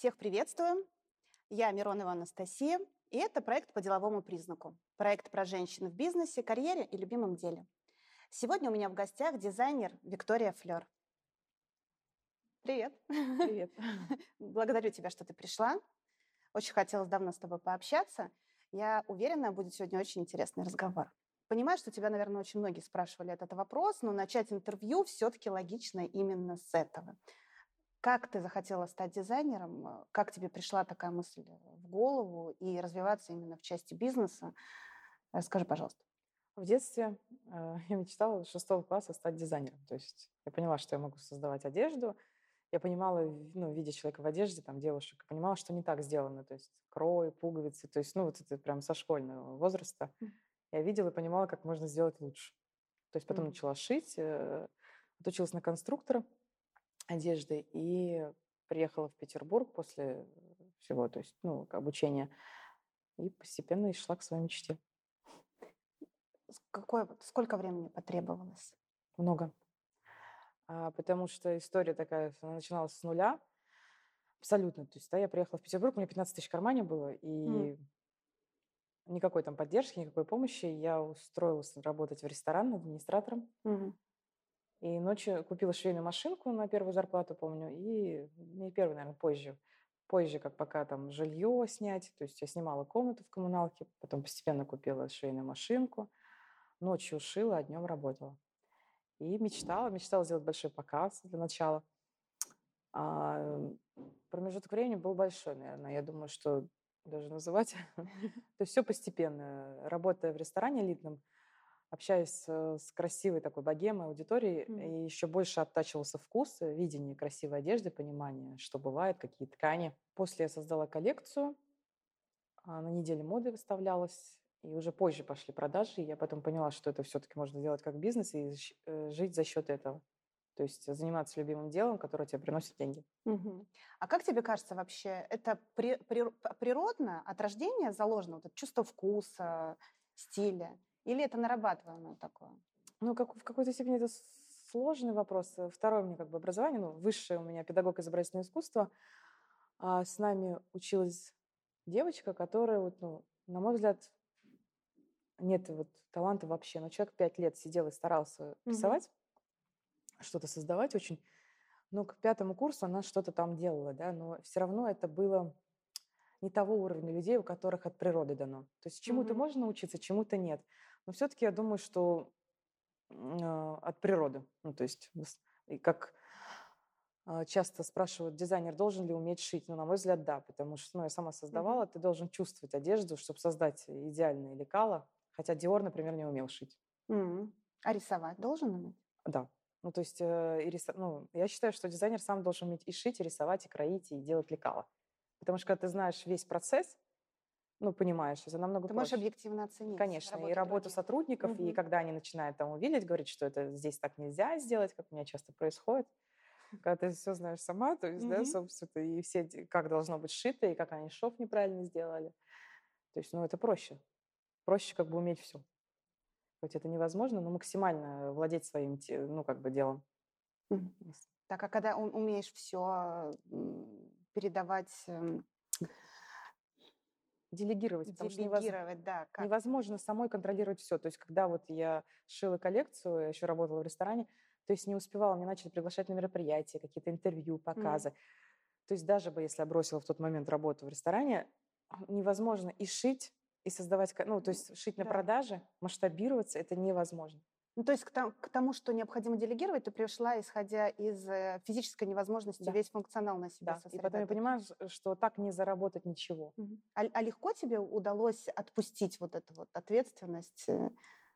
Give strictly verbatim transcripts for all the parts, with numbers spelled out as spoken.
Всех приветствую. Я Миронова Анастасия, и это проект по деловому признаку. Проект про женщин в бизнесе, карьере и любимом деле. Сегодня у меня в гостях дизайнер Виктория Флёр. Привет. Привет. Благодарю тебя, что ты пришла. Очень хотелось давно с тобой пообщаться. Я уверена, будет сегодня очень интересный разговор. Понимаю, что тебя, наверное, очень многие спрашивали этот вопрос, но начать интервью все-таки логично именно с этого. Как ты захотела стать дизайнером? Как тебе пришла такая мысль в голову и развиваться именно в части бизнеса? Расскажи, пожалуйста. В детстве э, я мечтала с шестого класса стать дизайнером. То есть я поняла, что я могу создавать одежду. Я понимала, в- ну, видя человека в одежде, там, девушек, я понимала, что не так сделано. То есть крой, пуговицы. То есть, ну, вот это прям со школьного возраста. М. Я видела и понимала, как можно сделать лучше. То есть потом Мгм. начала шить, э, отучилась на конструктора одежды и приехала в Петербург после всего, то есть, ну, обучения. И постепенно и шла к своей мечте. С какое, вот- сколько времени потребовалось? Много. А, потому что история такая, она начиналась с нуля абсолютно. То есть, да, я приехала в Петербург, у меня пятнадцать тысяч в кармане было, М. и никакой там поддержки, никакой помощи. Я устроилась работать в ресторан администратором. Мгм. И ночью купила швейную машинку на первую зарплату, помню, и не первую, наверное, позже. Позже, как пока там жилье снять, то есть я снимала комнату в коммуналке, потом постепенно купила швейную машинку, ночью шила, а днем работала. И мечтала, мечтала сделать большой показ для начала. А, м, Промежуток времени был большой, наверное. Я думаю, что даже называть. То есть все постепенно. Работая в ресторане элитном, общаясь э, с красивой такой богемой, аудиторией, Мгм. и еще больше оттачивался вкус, э, видение красивой одежды, понимание, что бывает, какие ткани. После я создала коллекцию, а, на неделе моды выставлялась, и уже позже пошли продажи, и я потом поняла, что это все-таки можно делать как бизнес и щ- э, жить за счет этого. То есть заниматься любимым делом, которое тебе приносит деньги. Мгм. А как тебе кажется вообще, это при- при- п- природно, от рождения заложено вот это чувство вкуса, стиля? Или это нарабатываемое такое? Ну, как, в какой-то степени это с- сложный вопрос. Э, Второе у меня как бы образование, ну, высшее у меня педагог изобразительного искусства. А с нами училась девочка, которая, вот, ну, на мой взгляд, нет вот таланта вообще. Но человек пять лет сидел и старался Мгм. рисовать, что-то создавать очень. Но к пятому курсу она что-то там делала, да, но все равно это было не того уровня людей, у которых от природы дано. То есть чему-то Мгм. можно научиться, чему-то нет. Но все-таки я думаю, что м, а, от природы. Ну, то есть, выс- и как а, часто спрашивают, дизайнер должен ли уметь шить? Ну, на мой взгляд, да, потому что, ну, я сама Мгм. создавала, ты должен чувствовать одежду, чтобы создать идеальные лекала, хотя Диор, например, не умел шить. М. А рисовать должен уметь? Да. Ну, то есть, э, и рисо- ну, я считаю, что дизайнер сам должен уметь и шить, и рисовать, и кроить, и делать лекала. Потому что, когда ты знаешь весь процесс, ну, понимаешь, это намного Ты можешь проще. объективно оценить Конечно, и работу работу других. сотрудников, и Мгм. когда они начинают там увидеть, говорить, что это здесь так нельзя сделать, как у меня часто происходит, когда ты все знаешь сама, то есть, да, Мгм. собственно, и все, эти- как должно быть сшито, и как они шов неправильно сделали. То есть, ну, это проще. Проще как бы уметь все. Хоть это невозможно, но максимально владеть своим, те- ну, как бы делом. Мгм. Yes. Так, а когда у- умеешь все передавать, эм, Делегировать, потому что невозможно. делегировать, да, как ты это Невозможно делаешь? самой контролировать все. То есть когда вот я шила коллекцию, я еще работала в ресторане, то есть не успевала, мне начали приглашать на мероприятия, какие-то интервью, М. показы. То есть даже бы если я бросила в тот момент работу в ресторане, невозможно и шить, и создавать, ко- ну, то есть шить на Да. продаже, масштабироваться, это невозможно. Ну, то есть к там к тому, что необходимо делегировать, ты пришла, исходя из, э, физической невозможности Да, весь функционал на себе да. И потом я сосредоточить. понимаю, ш- что так не заработать ничего. Мгм. А а легко тебе удалось отпустить вот эту вот ответственность, э,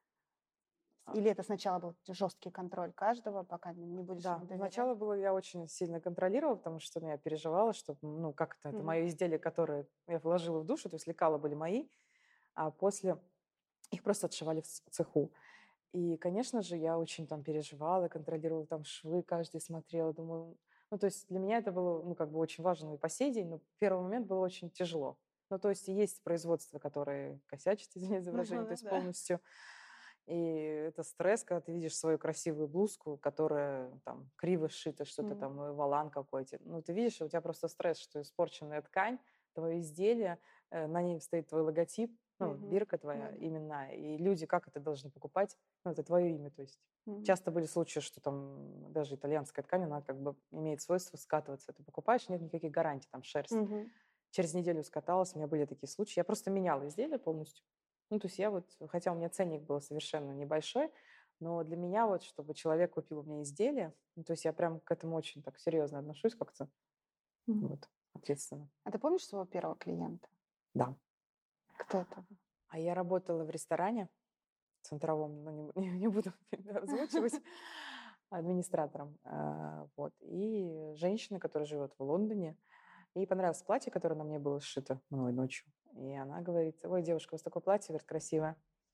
А, или это сначала был жесткий контроль каждого, пока не не будешь Да, ему доверять? сначала было я очень сильно контролировала, потому что, ну, я переживала, что, ну, как это, это Мгм. мое изделие, которое я вложила в душу, то есть лекала были мои, а после их просто отшивали в ц- цеху. И, конечно же, я очень там переживала, контролировала там швы, каждый смотрела, думаю, ну, то есть для меня это было, ну, как бы очень важно и по сей день, но в первый момент было очень тяжело. Ну, то есть есть производства, которые косячат, извините за выражение, то есть Да. полностью И это стресс, когда ты видишь свою красивую блузку, которая там криво сшита, что-то Мгм. там, э, волан какой-то. Ну, ты видишь, у тебя просто стресс, что испорченная ткань, твое изделие, э, на ней стоит твой логотип, ну, Мгм. бирка Ну твоя да. именная. И люди как это должны покупать? Ну, это твое имя, то есть. Мгм. Часто были случаи, что там даже итальянская ткань, она как бы имеет свойство скатываться. Ты покупаешь, нет никаких гарантий, там шерсть. Мгм. Через неделю скаталась, у меня были такие случаи. Я просто меняла изделие полностью. Ну, то есть я вот, хотя у меня ценник был совершенно небольшой, но для меня вот, чтобы человек купил у меня изделие, ну, то есть я прям к этому очень так серьезно отношусь как-то, Мгм. вот, ответственно. А ты помнишь своего первого клиента? Да. Кто это был? А я работала в ресторане центровом, ну, не, не- не буду озвучивать, администратором. а, Вот. И женщина, которая живет в Лондоне, ей понравилось платье, которое на мне было сшито мной ночью. И она говорит: ой, девушка, у вас такое платье, говорит, красивое.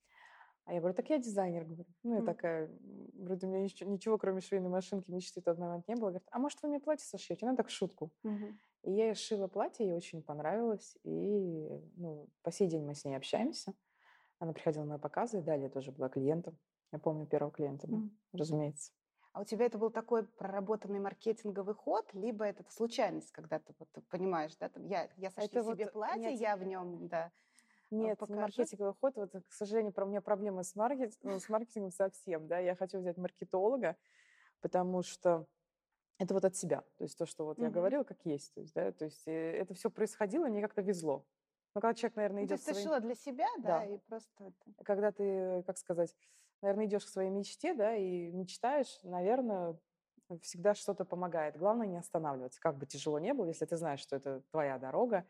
А я говорю: так я дизайнер, говорю. Ну, я М. такая, м, вроде у меня нич- ничего, кроме швейной машинки, мечты в тот момент не было. Говорит: а может, вы мне платье сошьете? Она так в шутку. Мгм. И я ей сшила платье, ей очень понравилось. И, ну, по сей день мы с ней общаемся. Она приходила на показы, и далее тоже была клиентом. Я помню первого клиента, да, М. разумеется. А у тебя это был такой проработанный маркетинговый ход, либо это случайность, когда ты вот понимаешь, да, там я, я сошью Это себе вот, платье, нет, я в нем, да, э, нет, не покажу. маркетинговый ход. Вот, к сожалению, про- у меня проблемы с, маркет, ну, с маркетингом совсем, да. Я хочу взять маркетолога, потому что это вот от себя. То есть то, что вот я Мгм. говорила, как есть. То есть, да, то есть э, это все происходило, и мне как-то везло. Но когда человек, наверное, Ну, то идет есть к ты своим... шила для себя, да, Да, и просто это. когда ты, как сказать, наверное, идешь к своей мечте, да, и мечтаешь, наверное, всегда что-то помогает. Главное не останавливаться, как бы тяжело не было, если ты знаешь, что это твоя дорога,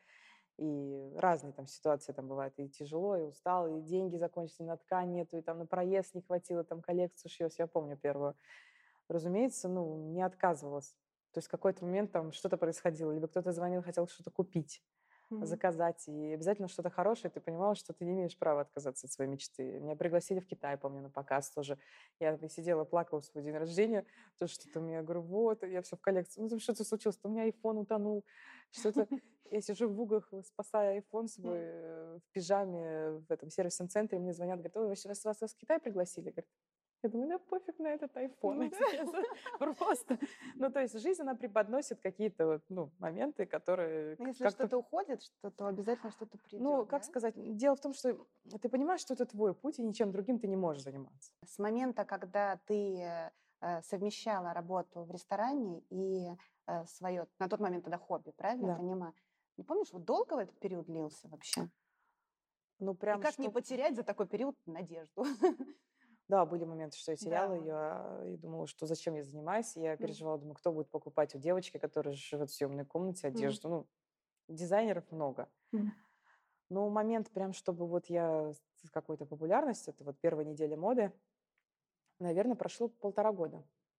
и разные там ситуации там бывают, и тяжело, и устал, и деньги закончились, и на ткань нету, и там на проезд не хватило, там коллекцию шьешь, я помню первую. Разумеется, ну, не отказывалась. То есть в какой-то момент там что-то происходило, либо кто-то звонил, хотел что-то купить, Мгм. заказать, и обязательно что-то хорошее, ты понимала, что ты не имеешь права отказаться от своей мечты. Меня пригласили в Китай, помню, на показ тоже. Я там сидела, плакала в свой день рождения, то что-то мне, говорю, вот, я все в коллекции. Ну, там что-то случилось, то у меня iPhone утонул, что-то... Я сижу в углах, спасая iPhone свой М. э, в пижаме в этом сервисном центре, мне звонят, говорят: ой, вас, вас, вас в Китай пригласили? Говорят, я думаю, да пофиг на этот iPhone, Ну если да. честно. Просто, ну, то есть жизнь, она преподносит какие-то вот, ну, моменты, которые Но к- если как-то, что-то уходит, что, то обязательно что-то ну, придет, как да? сказать, дело в том, что ты понимаешь, что это твой путь, и ничем другим ты не можешь заниматься. С момента, когда ты э, э, совмещала работу в ресторане и свое, на тот момент тогда хобби, правильно я Да. понимаю? Не помнишь, вот долго этот период длился вообще? Ну, И прям как не что... потерять за такой период надежду? Да, были моменты, что я теряла Да. ее и думала, что зачем я занимаюсь. Я М. переживала, думаю, кто будет покупать у девочки, которая живет в съемной комнате, М. одежду. Ну, дизайнеров много. М. Но момент прям, чтобы вот я с какой-то популярностью, это вот первая неделя моды, наверное, прошло полтора года.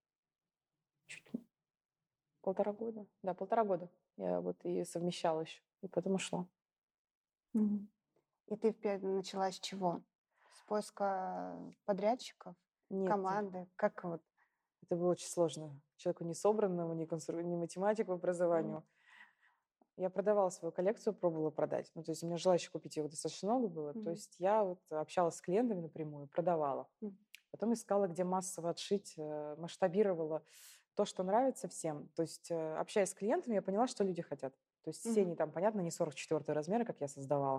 Чуть полтора года. Да, полтора года. Я вот и совмещала еще, и потом ушла. Мгм. И ты впе- начала с чего? С поиска подрядчиков, Нет, команды? Как вот? это было очень сложно. Человеку не собранному, не, констру... не математик по М. образованию. Я продавала свою коллекцию, пробовала продать. Ну, то есть у меня желающих купить ее достаточно много было. То Мгм. есть я вот общалась с клиентами напрямую, продавала. М. Потом искала, где массово отшить, э, масштабировала то, что нравится всем. То есть, э, общаясь с клиентами, я поняла, что люди хотят. То есть все Мгм. они там, понятно, не сорок четвёртого размера, как я создавала.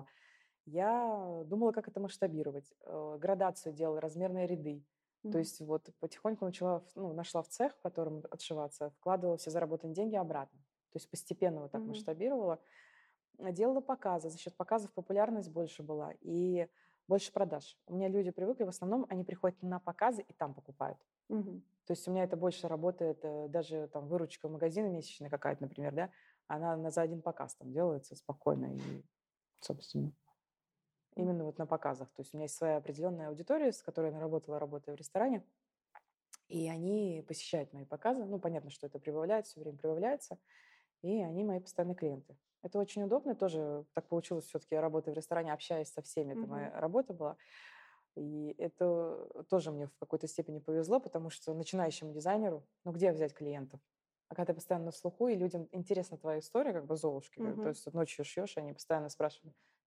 Я думала, как это масштабировать. Э, Градацию делала, размерные ряды. То Мгм. есть вот потихоньку начала, в- ну, нашла в цех, в котором отшиваться, вкладывала все заработанные деньги обратно. То есть постепенно вот так Мгм. масштабировала. Э, Делала показы. За счет показов популярность больше была и больше продаж. У меня люди привыкли, в основном они приходят на показы и там покупают. Мгм. То есть у меня это больше работает, э, даже там выручка магазина месячная какая-то, например, да, она на за один показ там делается спокойно и, собственно, М. именно вот на показах. То есть у меня есть своя определенная аудитория, с которой я наработала, работая в ресторане, и они посещают мои показы. Ну, понятно, что это прибавляется, все время прибавляется, и они мои постоянные клиенты. Это очень удобно тоже. Так получилось, все-таки я работаю в ресторане, общаюсь со всеми, это Мгм. моя работа была. И это тоже мне в какой-то степени повезло, потому что начинающему дизайнеру, ну где взять клиентов? А когда ты постоянно на слуху, и людям интересна твоя история, как бы Золушки, как- то Мгм. есть вот ночью шьешь, они постоянно спрашивают,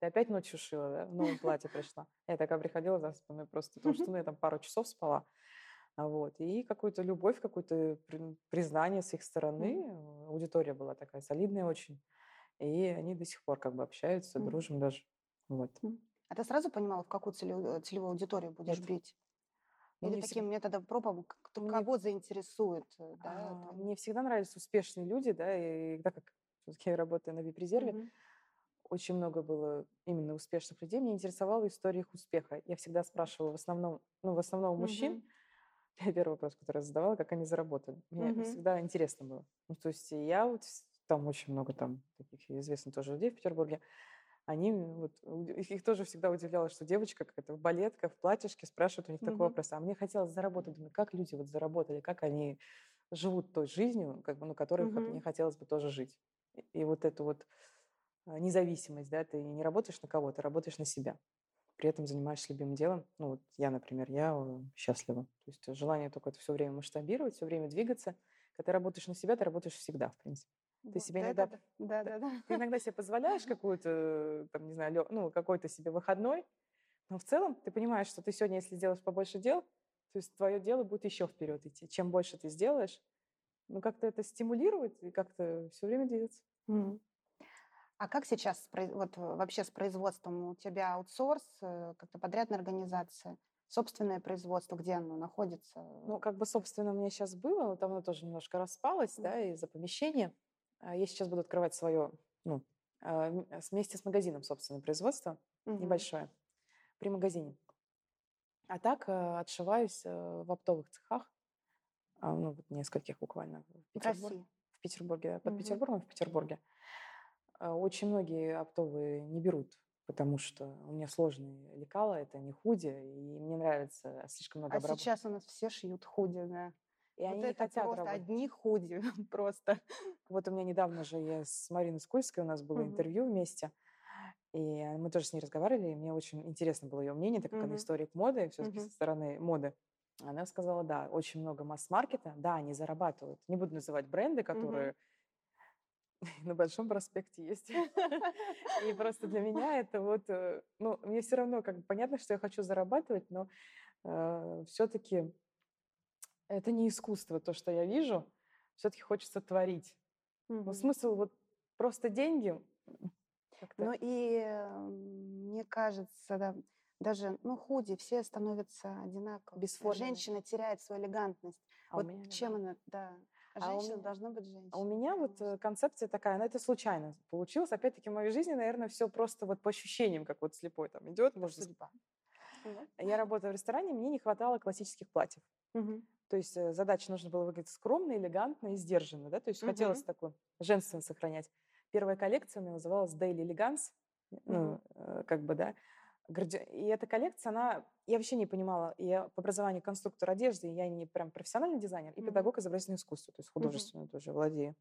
ты опять ночью шила, да? В новом платье пришла. Я такая приходила заспанная просто, потому что ну, я там пару часов спала. А Вот. И какую-то любовь, какое-то при- признание с их стороны. Мгм. э, Аудитория была такая солидная очень. И они до сих пор как бы общаются, Мгм. дружим даже. Вот. М. А ты сразу понимала, в какую целевую, э, целевую аудиторию будешь Нет, бить? ну, Или мне всегда, таким методом проб, об- к- кто- мне, кого заинтересует, э, да, а, твоим? мне всегда нравились успешные люди, да, и так как всё-таки я работаю на вип-резерве, Мгм. очень много было именно успешных людей. Меня интересовала история их успеха. Я всегда спрашивала в основном, ну, в основном у мужчин, Мгм. первый вопрос, который я задавала, как они заработали. Мне Мгм. всегда интересно было. Ну, то есть я вот, с- там очень много там таких известных тоже людей в Петербурге, они вот, уд- их, их тоже всегда удивляло, что девочка какая-то в балетка, в платьишке спрашивает у них такой Мгм. вопрос. А мне хотелось заработать. Думаю, как люди вот заработали, как они живут той жизнью, как бы, ну, которой хот- Мгм. мне хотелось бы тоже жить. И, и вот эту вот а, независимость, да, ты не работаешь на кого, ты работаешь на себя. При этом занимаешься любимым делом. Ну, вот я, например, я э, счастлива. То есть желание только это все время масштабировать, все время двигаться. Когда ты работаешь на себя, ты работаешь всегда, в принципе. Ты Вот себе это иногда, да. Да, т- да, да. ты иногда себе позволяешь какую-то, э, там, не знаю, лё- ну, какой-то себе выходной, но в целом ты понимаешь, что ты сегодня, если сделаешь побольше дел, то есть твое дело будет еще вперед идти. Чем больше ты сделаешь, ну, как-то это стимулирует и как-то все время двигаться. Мгм. А как сейчас с произ- вот, э, вообще с производством? У тебя аутсорс, э, как-то подрядная организация, собственное производство, где оно находится? Ну, как бы, собственно, у меня сейчас было, но там оно тоже немножко распалось, М. да, из-за помещения. А Я сейчас буду открывать свое, ну, а, м, а, с- вместе с магазином, собственно, производство Мгм. небольшое при магазине. А так э, отшиваюсь э, в оптовых цехах, а, ну, вот нескольких буквально в В Петербурге. России. В Петербурге, да, под Мгм. Петербургом, в Петербурге. А, Очень многие оптовые не берут, потому что у меня сложные лекала, это не худи, и мне нравится слишком много А обработки. сейчас у нас все шьют худи, да. И Вот они не это хотят просто работать. одни худи, просто. Вот у меня недавно же я с Мариной Скульской, у нас было Мгм. интервью вместе, и мы тоже с ней разговаривали, и мне очень интересно было ее мнение, так как она Мгм. историк моды, все-таки со Мгм. стороны моды. Она сказала, да, очень много масс-маркета, да, они зарабатывают. Не буду называть бренды, Мгм. которые на Большом проспекте есть. И просто для меня это вот, э, ну, мне все равно как бы понятно, что я хочу зарабатывать, но все-таки это не искусство, то, что я вижу, все-таки хочется творить. Ну, Мгм. смысл вот просто деньги м, как-то Ну и, э, мне кажется, да, даже, ну, худи все становятся одинаковыми. бесформенные. Женщина теряет свою элегантность. А у Вот меня, чем да. она, да. А А у женщина меня, должна быть а у женщиной, меня вот конечно. э, концепция такая, ну, это случайно получилось. Опять-таки, в моей жизни, наверное, все просто вот по ощущениям, как вот слепой там идет. Это Можно... с- судьба. Вот. Я работаю в ресторане, мне не хватало классических платьев. Мгм. То есть э, задача нужно было выглядеть скромно, элегантно и сдержанно, да, то есть хотелось Мгм. такую женственность сохранять. Первая коллекция у меня называлась Daily Elegance, Мгм. ну, э, как бы, да. Гарде- И эта коллекция, она, я вообще не понимала, я по образованию конструктор одежды, я не прям профессиональный дизайнер, и Мгм. педагог изобразительного искусства, то есть Мгм. художественную тоже владею.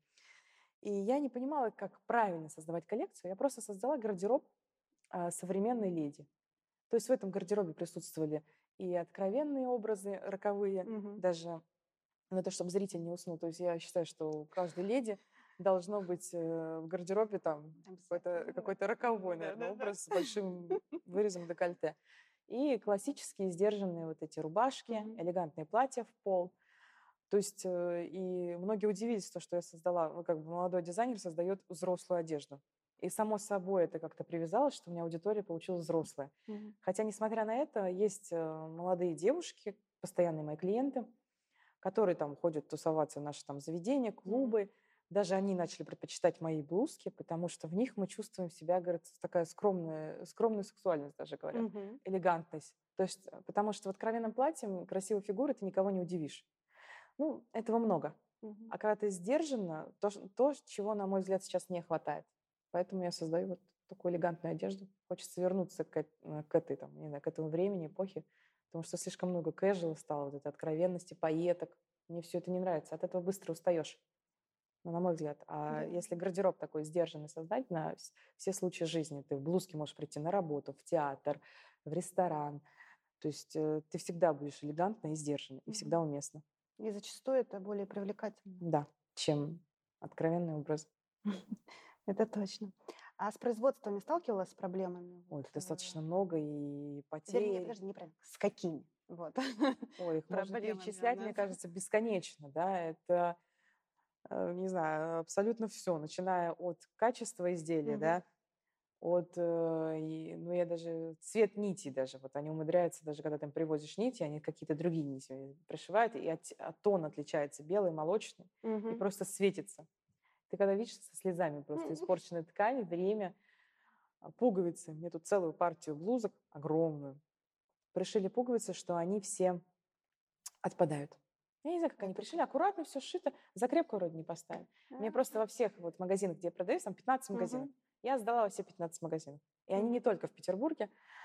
И я не понимала, как правильно создавать коллекцию, я просто создала гардероб а, современной леди. То есть в этом гардеробе присутствовали и откровенные образы роковые, Мгм. даже на то, чтобы зритель не уснул. То есть я считаю, что у каждой леди должно быть э, в гардеробе там какой-то Обязательно, да. какой-то роковой, наверное, Да-да-да. образ с большим вырезом декольте. И классические сдержанные вот эти рубашки, Мгм. элегантные платья в пол. То есть э, и многие удивились, то, что я создала, ну, как бы молодой дизайнер создает взрослую одежду. И само собой это как-то привязалось, что у меня аудитория получилась взрослая. Мгм. Хотя, несмотря на это, есть э, молодые девушки, постоянные мои клиенты, которые там ходят тусоваться в наши там заведения, Мгм. клубы. Даже они начали предпочитать мои блузки, потому что в них мы чувствуем себя, говорят, такая скромная, скромную сексуальность даже говорят, Мгм. элегантность. То есть, э, потому что в откровенном платье, м, красивой фигуры ты никого не удивишь. Ну, этого много. Мгм. А когда ты сдержанно, то, ш- то, чего, на мой взгляд, сейчас не хватает. Поэтому я создаю вот такую элегантную одежду. Хочется вернуться к, эт- э, к этой, там, не знаю, к этому времени, эпохе, потому что слишком много casual стало, вот этой откровенности, пайеток. Мне все это не нравится. От этого быстро устаешь, ну, на мой взгляд. А Да. если гардероб такой сдержанный создать на вс- все случаи жизни, ты в блузке можешь прийти на работу, в театр, в ресторан. То есть э, ты всегда будешь элегантно и сдержанно, и Мгм. всегда уместно. И зачастую это более привлекательно. Да, чем откровенный образ. Это точно. А с производством не сталкивалась с проблемами? Ой, Вот, их э, достаточно много, и вернее, потерь. подожди, неправильно. С какими? Вот. Ой, их можно Проблемами у перечислять, мне нас. кажется, бесконечно, да. Это, э, не знаю, абсолютно все, начиная от качества изделия, Мгм. да, от, э, и, ну, я даже цвет нити даже, вот они умудряются, даже когда ты им привозишь нити, они какие-то другие нити пришивают, и от, а тон отличается, белый, молочный, и Мгм. просто светится. Ты когда видишь со слезами просто М. испорченной ткани, время, а, пуговицы. Мне тут целую партию блузок, огромную, пришили пуговицы, что они все отпадают. Я не знаю, как они Это пришили, плохо. аккуратно все сшито, закрепку вроде не поставили. Мне просто А. во всех вот магазинах, где я продаюсь, там пятнадцать магазинов. Мгм. Я сдала во все пятнадцать магазинов. И они не Мгм. только в Петербурге.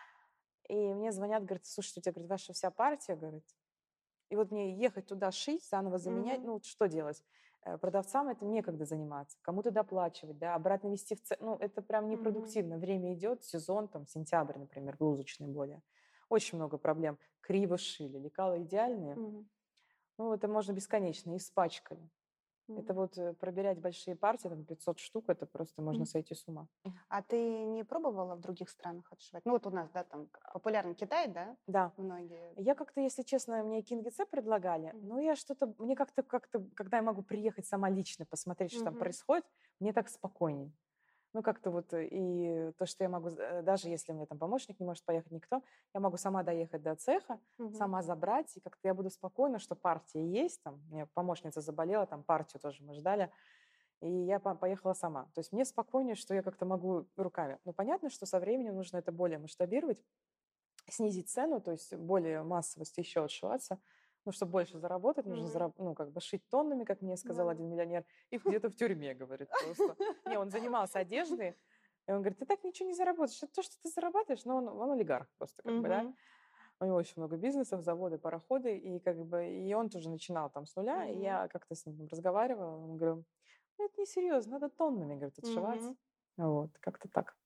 И мне звонят, говорят, слушайте, у тебя, говорит, ваша вся партия, говорит, и вот мне ехать туда шить, заново заменять, Мгм. ну вот что делать? Э, Продавцам это некогда заниматься, кому-то доплачивать, да, обратно вести в цену, ну это прям Мгм. непродуктивно. Время идет, сезон, там, сентябрь, например, блузочный более. Очень много проблем. Криво шили, лекала идеальные, Мгм. ну это можно бесконечно, испачкали. Это Мгм. вот э, пробирать большие партии, там пятьсот штук, это просто можно Мгм. сойти с ума. А ты не пробовала в других странах отшивать? Ну, вот у нас, да, там как популярен Китай, да, Да, многие. я как-то, если честно, мне Кингице предлагали, Мгм. но я что-то, мне как-то, как-то, когда я могу приехать сама лично посмотреть, что там Мгм. происходит, мне так спокойней. Ну, как-то вот, э, и то, что я могу, з- э, даже если у меня там помощник не может поехать, никто, я могу сама доехать до цеха, Мгм. сама забрать, и как-то я буду спокойна, что партия есть, там, у меня помощница заболела, там партию тоже мы ждали, и я по- поехала сама. То есть мне спокойнее, что я как-то могу руками. Но понятно, что со временем нужно это более масштабировать, снизить цену, то есть более массовости еще отшиваться. Ну, чтобы больше заработать, нужно Мгм. зараб- ну, как бы шить тоннами, как мне сказал Да. один миллионер, и где-то в тюрьме, говорит, просто. Не, он занимался одеждой, и он говорит, ты так ничего не заработаешь. Это то, что ты зарабатываешь, но он, он олигарх просто, как бы, да. Мгм. У него очень много бизнесов, заводы, пароходы, и как бы, и он тоже начинал там с нуля, и Мгм. я как-то с ним разговаривала, он говорю, ну, это несерьезно, надо тоннами, говорит, отшивать. Мгм. Вот, как-то так,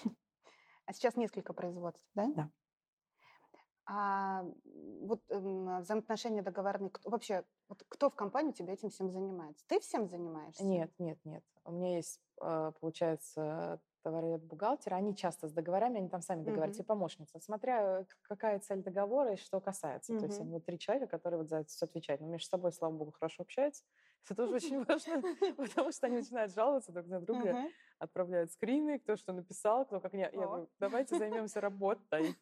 А сейчас несколько производств, да? да. А м, вот м, взаимоотношения договорные, кто, вообще, вот кто в компании у тебя этим всем занимается? Ты всем занимаешься? Нет, нет, нет. У меня есть, а, получается, товаровед-бухгалтер. Они часто с договорами, они там сами договариваются, Мгм. и помощница. Смотря, к- какая цель договора и что касается. То есть они Мгм. вот три человека, которые вот за это всё отвечают. Но между собой, слава богу, хорошо общаются. Это тоже очень важно, потому что они начинают жаловаться друг на друга, Мгм. отправляют скрины, кто что написал, кто как не. Я О. говорю, давайте займемся работой.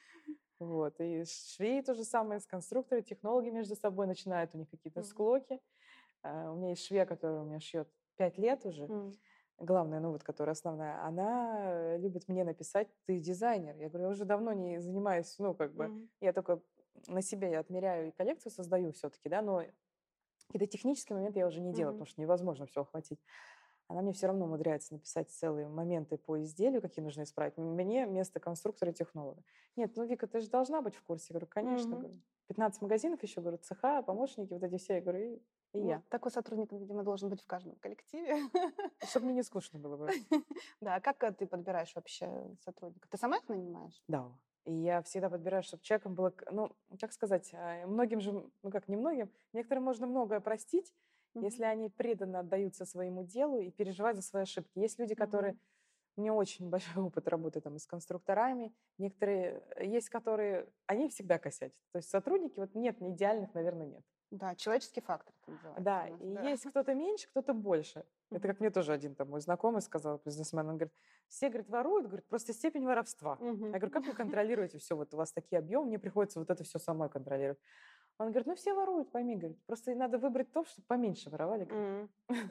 Вот. И швеи то же самое, с конструкторы, технологи между собой начинают, у них какие-то Мгм. склоки. А, У меня есть швея, которая у меня шьет пять лет уже, М. главная, ну вот, которая основная, она э, любит мне написать, ты дизайнер. Я говорю, я уже давно не занимаюсь, ну, как бы, Мгм. я только на себе я отмеряю и коллекцию создаю все-таки, да, но какие-то технические моменты я уже не делаю, Мгм. потому что невозможно все охватить. Она мне все равно умудряется написать целые моменты по изделию, какие нужно исправить. Мне вместо конструктора и технолога. Нет, ну, Вика, ты же должна быть в курсе. Я говорю, конечно. Мгм. Говорю. пятнадцать магазинов еще, говорю, цеха, помощники, вот эти все. Я говорю, и, и Ну, я. такой сотрудник, видимо, должен быть в каждом коллективе. Чтобы мне не скучно было бы. Да, а как э, ты подбираешь вообще сотрудника? Ты сама их нанимаешь? Да. И я всегда подбираю, чтобы человеком было, к- ну, как сказать, а, многим же, м, ну как, не многим, некоторым можно многое простить, Мгм. если они преданно отдаются своему делу и переживают за свои ошибки. Есть люди, которые, Мгм. у меня очень большой опыт работы там и с конструкторами, некоторые, э, есть, которые, они всегда косячат. То есть сотрудники, вот нет, не идеальных, наверное, нет. Да, человеческий фактор это называется Да, у нас, и да. есть кто-то меньше, кто-то больше. Это Мгм. как мне тоже один там мой знакомый сказал, бизнесмен, он говорит, все, говорит, воруют, говорит, просто степень воровства. Мгм. Я говорю, как вы контролируете все, вот у вас такие объемы, мне приходится вот это все самой контролировать. Он говорит, ну все воруют, пойми, говорит, просто и надо выбрать то, чтобы поменьше воровали, говорит. М.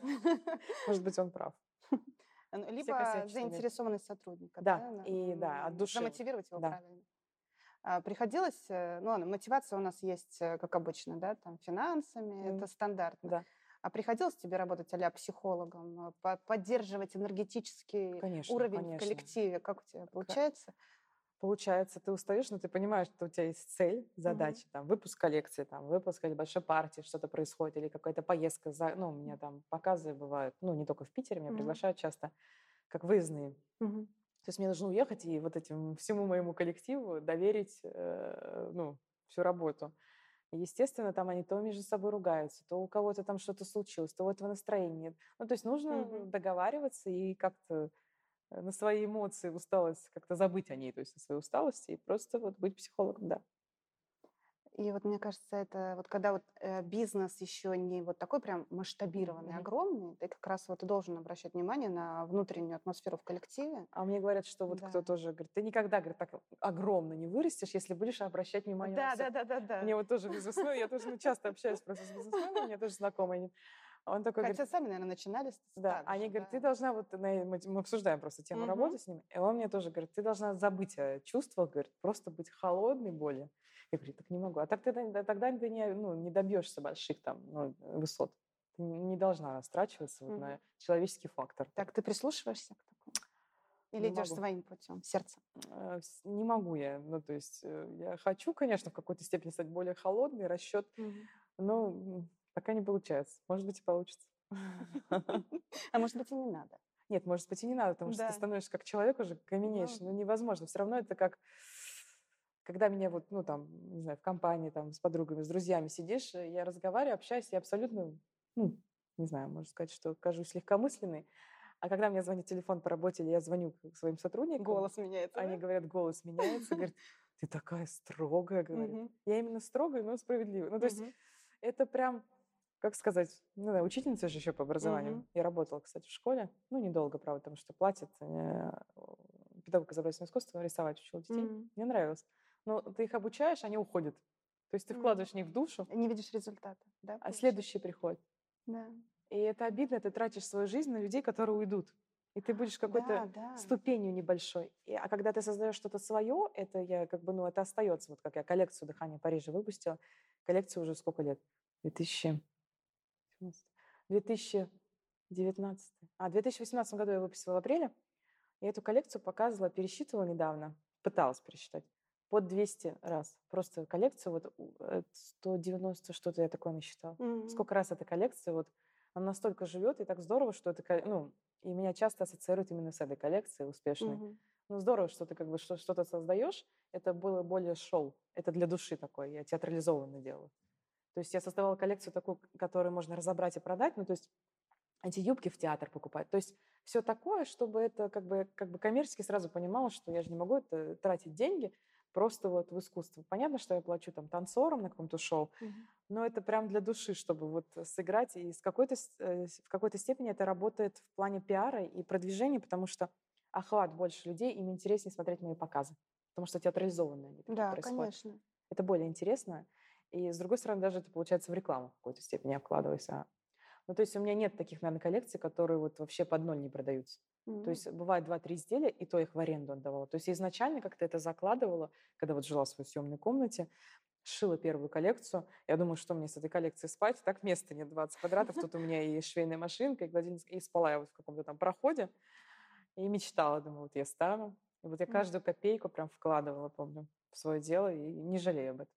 Может быть, он прав. Ну, Все либо косячат вместе. заинтересованность сотрудника, Да, да, на- и да, от м, души вот. замотивировать его Да. правильно. А, приходилось, э, ну ладно, мотивация у нас есть, э, как обычно, да, там финансами, это М, стандартно. да, А приходилось тебе работать а психологом, а, по- поддерживать энергетический конечно, уровень в конечно. коллективе? Как у тебя Ка- получается? Получается, ты устаешь, но ты понимаешь, что у тебя есть цель, Мгм. задача, там, выпуск коллекции, там, выпуск или большой партии, что-то происходит, или какая-то поездка, за, ну, у меня там показы бывают, ну, не только в Питере, меня Мгм. приглашают часто, как выездные. Мгм. То есть мне нужно уехать и вот этим всему моему коллективу доверить, э, ну, всю работу. И, естественно, там они то между собой ругаются, то у кого-то там что-то случилось, то у этого настроения нет. Ну, то есть нужно Мгм. договариваться и как-то э, на свои эмоции, усталость, как-то забыть о ней, то есть о своей усталости, и просто вот быть психологом, да. И вот мне кажется, это вот когда вот э, бизнес еще не вот такой прям масштабированный, Мгм. огромный, ты как раз вот и должен обращать внимание на внутреннюю атмосферу в коллективе. А мне говорят, что вот Да. кто тоже говорит: "Ты никогда, говорит, так огромно не вырастешь, если будешь обращать внимание на Да, всё". да, да, да, да. Мне вот тоже бизнесмен, я тоже, ну, часто общаюсь просто с бизнесменами, у меня тоже знакомые они. А он такой говорит, Хотя сами, наверное, начинали с- да, так они же, говорят: "Ты да. должна вот", на мы мы обсуждаем просто тему Мгм. работы с ним, и он мне тоже говорит: "Ты должна забыть о чувствах, говорит, просто быть холодной более". Я говорю: "Так не могу". А так ты да тогда ты не, ну, не добьешься больших там, ну, высот. Ты не должна растрачиваться вот Мгм. на человеческий фактор Так такой. ты прислушиваешься к такому? Или Не идешь могу. своим путем, сердцем? Э, вс Не могу я. Ну, то есть, э, я хочу, конечно, в какой-то степени стать более холодной, расчет, Мгм. но, м, пока не получается. Может быть, и получится. А может быть, и не надо. Нет, может быть, и не надо, потому что ты Да. становишься как человек уже Ну, каменеешь. Ну, невозможно. Все равно это как, когда меня вот, ну, там, не знаю, в компании, там, с подругами, с друзьями сидишь, э, я разговариваю, общаюсь, я абсолютно, ну, не знаю, можно сказать, что кажусь легкомысленной. А когда мне звонит телефон по работе или я звоню к своим сотрудникам, голос меняется, они да? говорят, голос меняется, говорят: "Ты такая строгая", говорят. Мгм. Я именно строгая, но справедливая. Ну, то есть Мгм. это прям, как сказать, не знаю, учительница же еще по образованию. Мгм. Я работала, кстати, в школе. Ну, недолго, правда, потому что платят. э, Педагог изобразительного искусства, рисовать учила детей. Мгм. Мне нравилось. Но ты их обучаешь, они уходят. То есть ты М. вкладываешь в них в душу, Не видишь результата, да, а получается? следующие приходят. Да. И это обидно, ты тратишь свою жизнь на людей, которые уйдут. И ты будешь какой-то Да, да. ступенью небольшой. И, а когда ты создаешь что-то свое, это я как бы, ну, это остается. Вот как я коллекцию "Дыхание Парижа" выпустила. Коллекцию уже сколько лет? две тысячи семнадцатый, две тысячи девятнадцатый. А, в две тысячи восемнадцатом году я выпустила в апреле. Я эту коллекцию показывала, пересчитывала недавно, пыталась пересчитать, под двести раз. Просто коллекцию вот у- э, сто девяносто что-то я такое насчитала. Мгм. Сколько раз эта коллекция, вот она настолько живет, и так здорово, что это, ко- ну, и меня часто ассоциируют именно с этой коллекцией успешной. Мгм. Ну, здорово, что ты как бы что- что-то создаешь, это было более шоу, это для души такое, я театрализованно делала. То есть я создавала коллекцию такую, к- которую можно разобрать и продать, ну, то есть эти юбки в театр покупать. То есть все такое, чтобы это как бы, как бы коммерчески сразу понимала, что я же не могу это тратить деньги просто вот в искусство. Понятно, что я плачу там танцорам на каком-то шоу, Мгм. но это прям для души, чтобы вот сыграть. И с какой-то, с- э, с- в какой-то степени это работает в плане пиара и продвижения, потому что охват больше людей, им интереснее смотреть мои показы, потому что театрализованные они такие Да, происходят. конечно. Это более интересно. И, с другой стороны, даже это получается в рекламу в какой-то степени я вкладываюсь. А ну, то есть у меня нет таких, наверное, коллекций, которые вот вообще под ноль не продаются. То М. есть бывает два-три изделия, и то их в аренду отдавала. То есть я изначально как-то это закладывала, когда вот жила в своей съемной комнате, шила первую коллекцию. Я думаю, что мне с этой коллекцией спать? Так места нет, двадцать квадратов. Тут у меня и швейная машинка, и гладильница. И спала я вот в каком-то там проходе. И мечтала, думаю, вот я стану. И вот я М. каждую копейку прям вкладывала, помню, в свое дело, и не жалею об этом.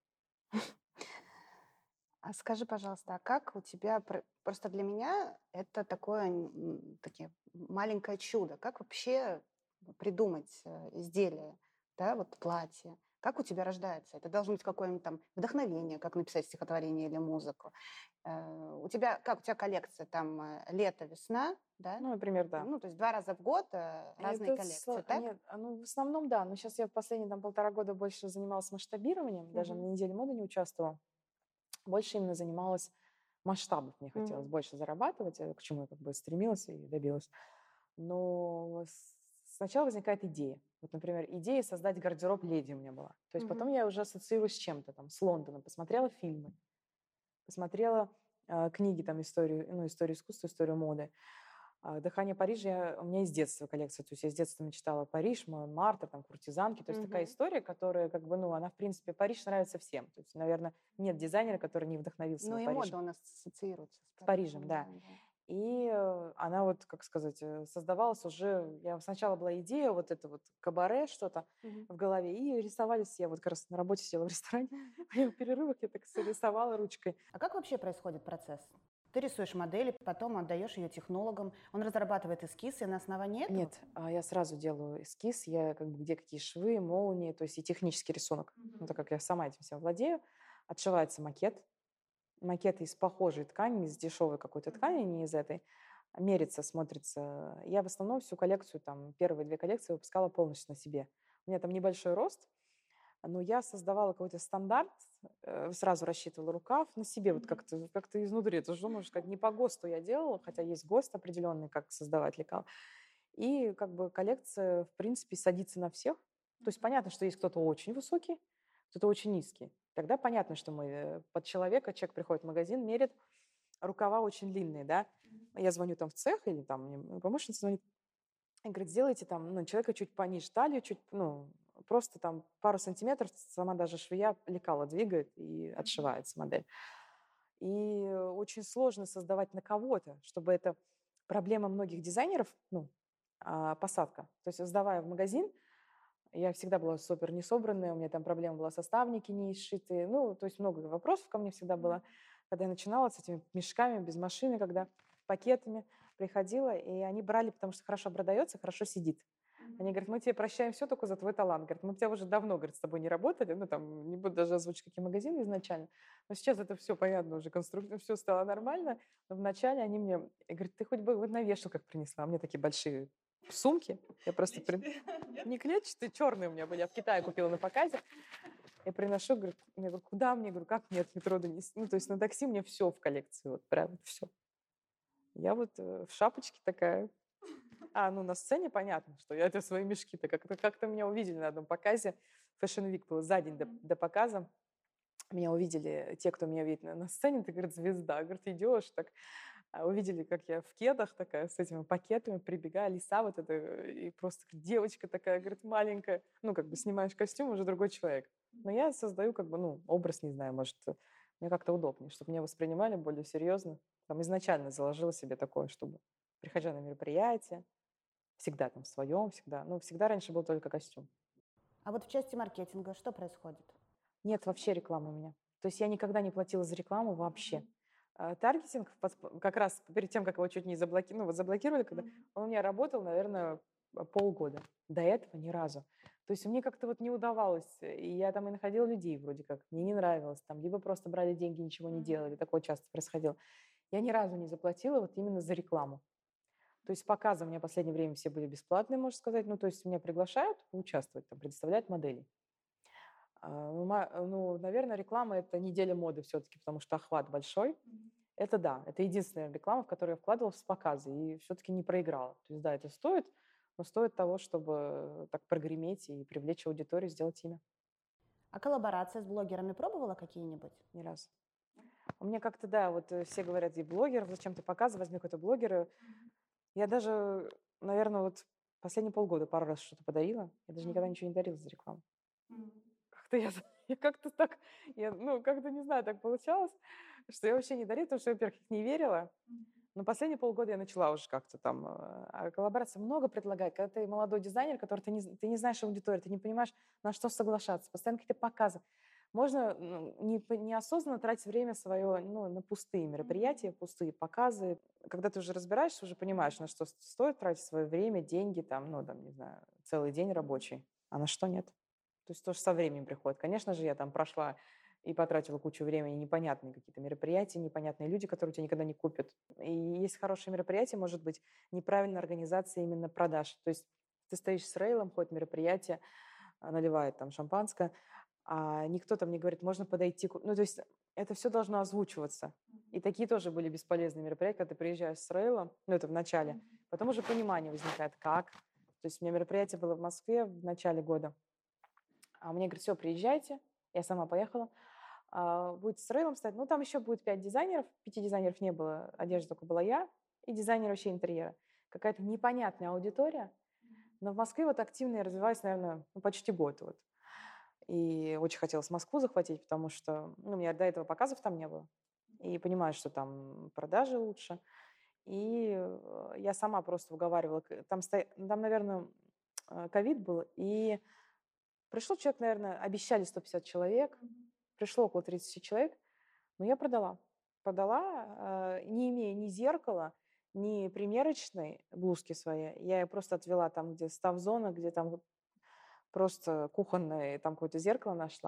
А скажи, пожалуйста, а как у тебя... про- Просто для меня это такое м, таки, маленькое чудо. Как вообще придумать э, изделие, да, вот платье? Как у тебя рождается? Это должно быть какое-нибудь там вдохновение, как написать стихотворение или музыку. Э, У тебя, как у тебя коллекция там э, лето, весна, да? Ну, например, да. Ну, то есть два раза в год э, разные Это с коллекции, так? Нет, а, ну, в основном, да. Но сейчас я в последние там полтора года больше занималась масштабированием, даже Мгм. на неделе моды не участвовала. Больше именно занималась масштабов. Мне хотелось Мгм. больше зарабатывать, э, к чему я как бы стремилась и добилась. Но с сначала возникает идея. Вот, например, идея создать гардероб леди у меня была. То есть потом Мгм. я уже ассоциирую с чем-то там, с Лондоном. Посмотрела фильмы, посмотрела, э, книги, там, историю, ну, историю искусства, историю моды. А, "Дыхание Парижа" я у меня из детства коллекция. То есть я с детства мечтала Париж, Монмартр, там куртизанки. То есть такая Мгм. история, которая как бы, ну, она, в принципе, Париж нравится всем. То есть, наверное, нет дизайнера, который не вдохновился Ну бы и мода Парижем. у нас ассоциируется с С Парижем, Парижем, да. да, да. И, э, она вот, как сказать, э, создавалась уже я сначала была идея, вот это вот кабаре, что-то Мгм. в голове, и рисовались. Я вот как раз на работе сидела в ресторане, и в перерывах я так с рисовала ручкой. А как вообще происходит процесс? Ты рисуешь модель, потом отдаешь ее технологам, он разрабатывает эскиз, и на основании этого... Нет, а, я сразу делаю эскиз, я как бы где какие швы, молнии, то есть и технический рисунок. Ну, так как я сама этим всем владею, отшивается макет. Макет из похожей ткани, из дешевой какой-то ткани, Мгм. не из этой. мерится, смотрится. Я в основном всю коллекцию, там, первые две коллекции выпускала полностью на себе. У меня там небольшой рост, но я создавала какой-то стандарт, э, сразу рассчитывала рукав на себе, вот Мгм. как-то как изнутри. Это же, можно сказать, не по ГОСТу я делала, хотя есть ГОСТ определенный, как создавать лекал. И как бы коллекция, в принципе, садится на всех. То есть понятно, что есть кто-то очень высокий, кто-то очень низкий. Тогда понятно, что мы э, под человека, человек приходит в магазин, мерит, рукава очень длинные, да. Я звоню там в цех или там мне помощница звонит, и говорит, сделайте там, ну, человека чуть пониже талию, чуть, ну, просто там пару сантиметров, сама даже швея лекала двигает и отшивается модель. И э, очень сложно создавать на кого-то, чтобы это проблема многих дизайнеров, ну, а, посадка. То есть, сдавая в магазин, я всегда была супер несобранная, у меня там проблема была, составники не сшитые, ну, то есть много вопросов ко мне всегда было, когда я начинала с этими мешками, без машины, когда пакетами приходила, и они брали, потому что хорошо продается, хорошо сидит. Они говорят, мы тебе прощаем все только за твой талант. Говорят, мы тебя уже давно, говорит, с тобой не работали, ну, там, не буду даже озвучить, какие магазины изначально, но сейчас это все понятно уже, конструктивно, все стало нормально, но вначале они мне, и говорят, ты хоть бы вот на вешалках принесла, а мне такие большие сумки, я просто при- не клетчатые, черные у меня были. Я в Китае купила на показе. Я приношу, говорю, я говорю, куда мне? Говорю, как мне от метро донести? Ну, то есть на такси мне все в коллекции, вот прям все. Я вот э, в шапочке такая. А, ну на сцене понятно, что я это свои мешки-то. Как-то, как-то меня увидели на одном показе. Fashion Week был за день до, до показа. Меня увидели те, кто меня видит на, на сцене, ты, говорит, звезда. Говорит, идешь так. А увидели, как я в кедах такая, с этими пакетами, прибегаю, лиса вот эта, э, и просто девочка такая, говорит, маленькая. Ну, как бы снимаешь костюм, уже другой человек. Но я создаю, как бы, ну, образ, не знаю, может, э, мне как-то удобнее, чтобы меня воспринимали более серьезно. Там изначально заложила себе такое, чтобы, приходя на мероприятие, всегда там в своем, всегда. Ну, всегда раньше был только костюм. А вот в части маркетинга что происходит? Нет вообще рекламы у меня. То есть я никогда не платила за рекламу вообще. А, Таргетинг, пос- как раз перед тем, как его чуть не заблокировали, ну, вот заблокировали, когда он у меня работал, наверное, п- полгода. До этого ни разу. То есть мне как-то вот не удавалось. э, И я там и находила людей вроде как. Мне не нравилось. Там либо просто брали деньги, ничего не делали. Такое часто происходило. Я ни разу не заплатила вот именно за рекламу. То есть показы у меня в последнее время все были бесплатные, можно сказать. Ну, то есть меня приглашают поучаствовать, там, предоставляют моделей. А, ну, ма ну, наверное, реклама — это неделя моды все таки потому что охват большой. Это да, это единственная реклама, в которую я вкладывалась в показы и все таки не проиграла. То есть да, это стоит, но стоит того, чтобы так прогреметь и привлечь аудиторию, сделать имя. А коллаборация с блогерами пробовала какие-нибудь? Ни разу. У меня как-то, да, вот, э, все говорят: "И блогеров зачем ты показываешь? Возьми какой-то блогера". Я даже, наверное, вот последние полгода пару раз что-то подарила. Я даже никогда ничего не дарила за рекламу. Как-то я, я как-то так, я, ну, как-то, не знаю, так получалось, что я вообще не дарила, потому что, во-первых, их не верила. Но последние полгода я начала уже как-то там, э, а коллаборации много предлагать. Когда ты молодой дизайнер, который ты не, з- ты не знаешь аудиторию, ты не понимаешь, на что соглашаться, постоянно какие-то показы. Можно ну, не, по- неосознанно тратить время свое ну, на пустые мероприятия, пустые показы. Когда ты уже разбираешься, уже понимаешь, на что с- стоит тратить свое время, деньги, там, ну, там, не знаю, целый день рабочий, а на что нет. То есть тоже со временем приходит. Конечно же, я там прошла и потратила кучу времени, непонятные какие-то мероприятия, непонятные люди, которые тебя никогда не купят. И есть хорошее мероприятие, может быть, неправильная организация именно продаж. То есть ты стоишь с рейлом, ходит мероприятие, а, наливает там шампанское, а никто там не говорит, можно подойти. ку-». Ну, то есть это все должно озвучиваться. И такие тоже были бесполезные мероприятия, когда ты приезжаешь с рейлом, ну, это в начале, потом уже понимание возникает, как. То есть у меня мероприятие было в Москве в начале года, а мне говорят, все, приезжайте. Я сама поехала. А, будет с рейлом стоять. Ну, там еще будет пять дизайнеров. Пяти дизайнеров не было. Одежда только была я и дизайнер вообще интерьера. Какая-то непонятная аудитория. Но в Москве вот активно я развиваюсь, наверное, ну, почти год. Вот. И очень хотелось Москву захватить, потому что ну, у меня до этого показов там не было. И понимаю, что там продажи лучше. И э, я сама просто уговаривала. к- Там, сто... там наверное, ковид был, и пришло человек, наверное, обещали сто пятьдесят человек, пришло около тридцати человек, но я продала. Продала, э, не имея ни зеркала, ни примерочной блузки своей. Я ее просто отвела там, где став-зона, где там вот просто кухонное, там какое-то зеркало нашла.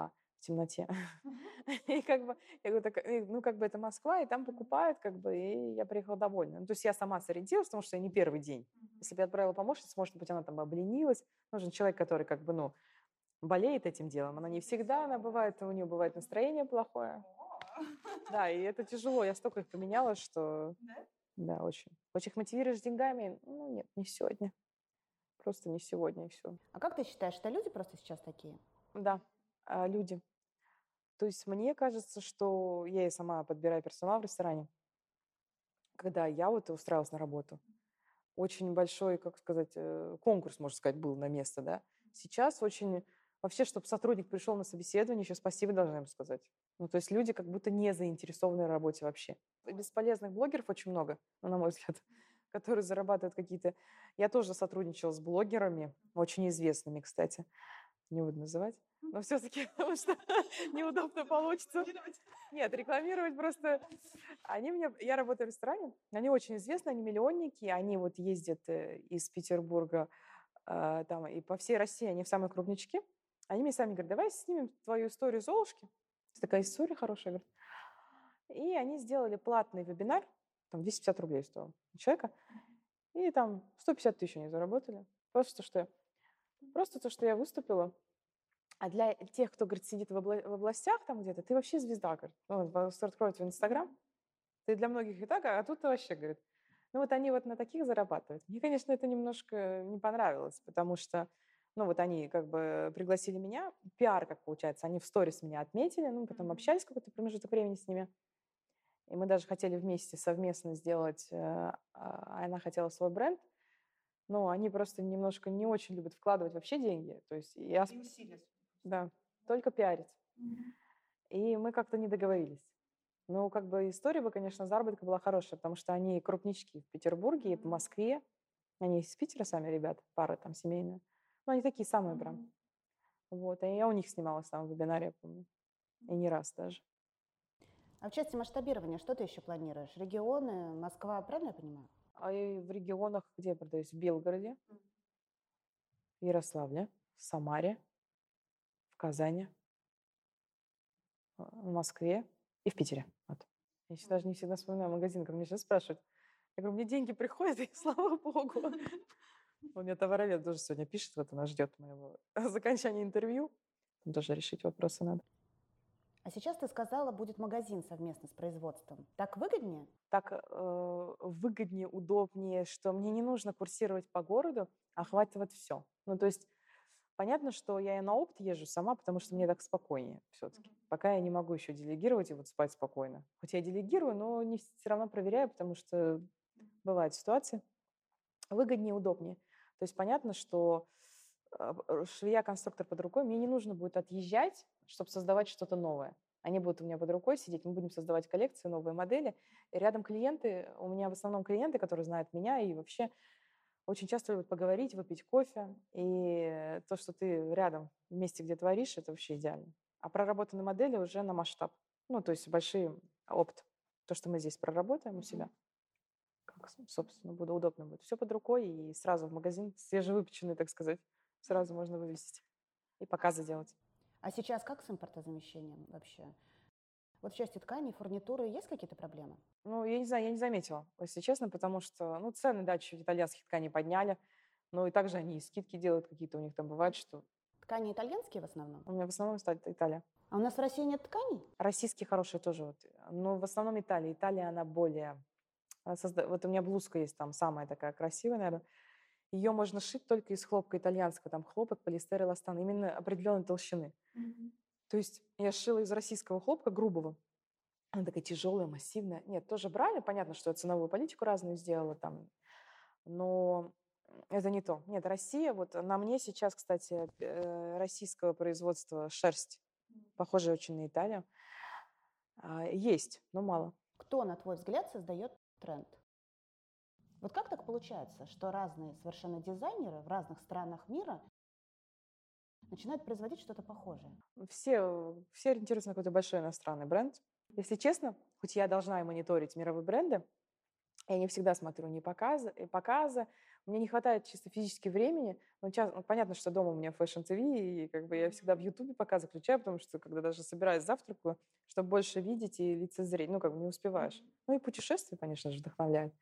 темноте. И как бы, я говорю, так, э, ну, как бы это Москва, и там покупают, как бы, и я приехала довольна. Ну, то есть я сама сориентировалась, потому что я не первый день. Если бы я отправила помощницу, может быть, она там обленилась. Нужен человек, который как бы, ну, болеет этим делом. Она не всегда, она бывает, у нее бывает настроение плохое. Да, и это тяжело. Я столько их поменяла, что, да, очень. Очень их мотивируешь деньгами? Ну, нет, не сегодня. Просто не сегодня, и все. А как ты считаешь, что люди просто сейчас такие? Да, а, люди. То есть мне кажется, что я и сама подбираю персонал в ресторане. Когда я вот устраивалась на работу, очень большой, как сказать, э, конкурс, можно сказать, был на место, да. Сейчас очень вообще, чтобы сотрудник пришел на собеседование, еще спасибо должна им сказать. Ну, то есть люди как будто не заинтересованы в работе вообще. Бесполезных блогеров очень много, ну, на мой взгляд, которые зарабатывают какие-то... Я тоже сотрудничала с блогерами, очень известными, кстати, не буду называть, но все-таки, потому что неудобно получится. Нет, рекламировать просто... Они мне... Я работаю в ресторане, они очень известны, они миллионники, они вот ездят э, из Петербурга а, там и по всей России, они в самые крупнички. Они мне сами говорят, давай снимем твою историю Золушки. Такая история хорошая, говорит. И они сделали платный вебинар, там двести пятьдесят рублей стоил у человека, и там сто пятьдесят тысяч они заработали. Просто то, что я, просто то, что я выступила. А для тех, кто, говорит, сидит в, обла- в областях там где-то, ты вообще звезда, говорит. Ну, вот, откроют в Инстаграм, ты для многих и так, а тут ты вообще, говорит. Ну, вот они вот на таких зарабатывают. Мне, конечно, это немножко не понравилось, потому что, ну, вот они как бы пригласили меня, пиар, как получается, они в сторис меня отметили, ну, потом общались какой-то промежуток времени с ними, и мы даже хотели вместе совместно сделать, э, а она хотела свой бренд, но они просто немножко не очень любят вкладывать вообще деньги, то есть я... И усилия. Да, только пиарить. И мы как-то не договорились. Ну, как бы история бы, конечно, заработка была хорошая, потому что они крупнички в Петербурге и в Москве. Они из Питера сами ребята, пара там семейная. Ну, они такие самые прям. Вот, и я у них снималась там в вебинаре, я помню. И не раз даже. А в части масштабирования что ты еще планируешь? Регионы, Москва, правильно я понимаю? А и в регионах, где я продаюсь? В Белгороде, в Ярославле, в Самаре, в Казани, в Москве и в Питере. Вот. Я сейчас даже не всегда вспоминаю магазин, как мне сейчас спрашивают. Я говорю, мне деньги приходят, и слава богу. У меня товаровед тоже сегодня пишет, вот она ждет моего заканчивания интервью. Там тоже решить вопросы надо. А сейчас ты сказала, будет магазин совместно с производством. Так выгоднее? Так э, выгоднее, удобнее, что мне не нужно курсировать по городу, охватывать все. Ну, то есть понятно, что я и на опыт езжу сама, потому что мне так спокойнее все-таки. Пока я не могу еще делегировать и вот спать спокойно. Хотя я делегирую, но не все равно проверяю, потому что бывают ситуации. Выгоднее, удобнее. То есть понятно, что э, швея-конструктор под рукой, мне не нужно будет отъезжать, чтобы создавать что-то новое. Они будут у меня под рукой сидеть, мы будем создавать коллекции, новые модели. И рядом клиенты, у меня в основном клиенты, которые знают меня и вообще очень часто любят поговорить, выпить кофе. И то, что ты рядом, в месте, где творишь, это вообще идеально. А проработанные модели уже на масштаб. Ну, то есть большие опыт. То, что мы здесь проработаем у себя, как, собственно, буду удобно будет. Все под рукой и сразу в магазин, свежевыпеченный, так сказать, сразу можно вывесить и показы делать. А сейчас как с импортозамещением вообще? Вот в части ткани, фурнитуры есть какие-то проблемы? Ну, я не знаю, я не заметила, если честно, потому что, ну, цены, да, чуть итальянских тканей подняли, но и также они и скидки делают какие-то, у них там бывает, что... Ткани итальянские в основном? У меня в основном стать Италия. А у нас в России нет тканей? Российские хорошие тоже, вот, но в основном Италия. Италия, она более... она созда- Вот у меня блузка есть там, самая такая красивая, наверное. Ее можно шить только из хлопка итальянского, там хлопок, полиэстер, эластан, именно определенной толщины. Мгм. То есть я шила из российского хлопка грубого. Она такая тяжелая, массивная. Нет, тоже брали, понятно, что я ценовую политику разную сделала там, но это не то. Нет, Россия, вот на мне сейчас, кстати, э, российского производства шерсть, похожая очень на Италию, а, есть, но мало. Кто, на твой взгляд, создает тренд? Вот как так получается, что разные совершенно дизайнеры в разных странах мира начинают производить что-то похожее? Все, все ориентируются на какой-то большой иностранный бренд. Если честно, хоть я должна и мониторить мировые бренды, я не всегда смотрю не показы, и показы. Мне не хватает чисто физически времени. Ну, час- ну, понятно, что дома у меня Fashion ти ви, и как бы я всегда в Ютубе показы включаю, потому что когда даже собираюсь завтракаю, чтобы больше видеть и лицезреть, ну, как бы не успеваешь. Ну и путешествия, конечно же, вдохновляют.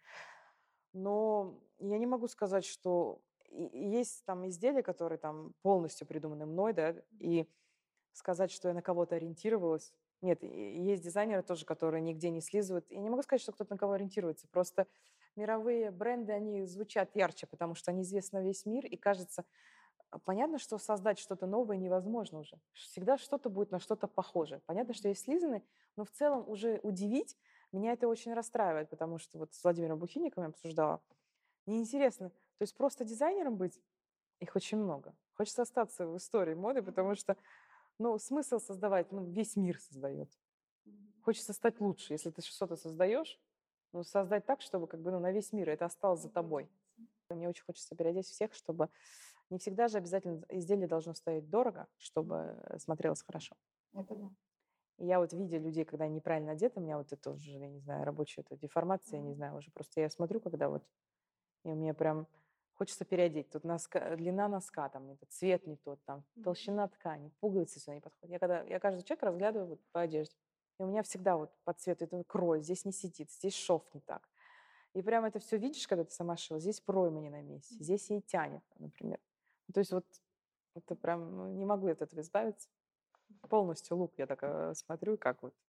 Но я не могу сказать, что и- и есть там изделия, которые там полностью придуманы мной, да, и сказать, что я на кого-то ориентировалась. Нет, и- и есть дизайнеры тоже, которые нигде не слизывают. Я не могу сказать, что кто-то на кого ориентируется. Просто мировые бренды, они звучат ярче, потому что они известны на весь мир, и кажется, а, понятно, что создать что-то новое невозможно уже. Всегда что-то будет на что-то похоже. Понятно, что есть слизаны, но в целом уже удивить меня это очень расстраивает, потому что вот с Владимиром Бухинниковым я обсуждала. Мне интересно, то есть просто дизайнером быть, их очень много. Хочется остаться в истории моды, потому что, ну, смысл создавать, ну, весь мир создает. Хочется стать лучше. Если ты что-то создаешь, ну, создать так, чтобы как бы, ну, на весь мир это осталось за тобой. Мне очень хочется переодеть всех, чтобы не всегда же обязательно изделие должно стоить дорого, чтобы э, смотрелось хорошо. Это да. И я вот видя людей, когда они неправильно одеты, у меня вот это уже, я не знаю, рабочая эта деформация, я не знаю, уже просто я смотрю, когда вот, и мне прям хочется переодеть. Тут носка, длина носка, там, этот цвет не тот, там, толщина ткани, пуговицы сюда не подходят. Я, когда, я каждый человек разглядываю вот по одежде. И у меня всегда вот по цвету это крой, здесь не сидит, здесь шов не так. И прям это все видишь, когда ты сама шила. Здесь пройма не на месте, здесь ей тянет, например. Ну, то есть вот это прям, ну, не могу я от этого избавиться. Полностью лук я так э, смотрю, как вот.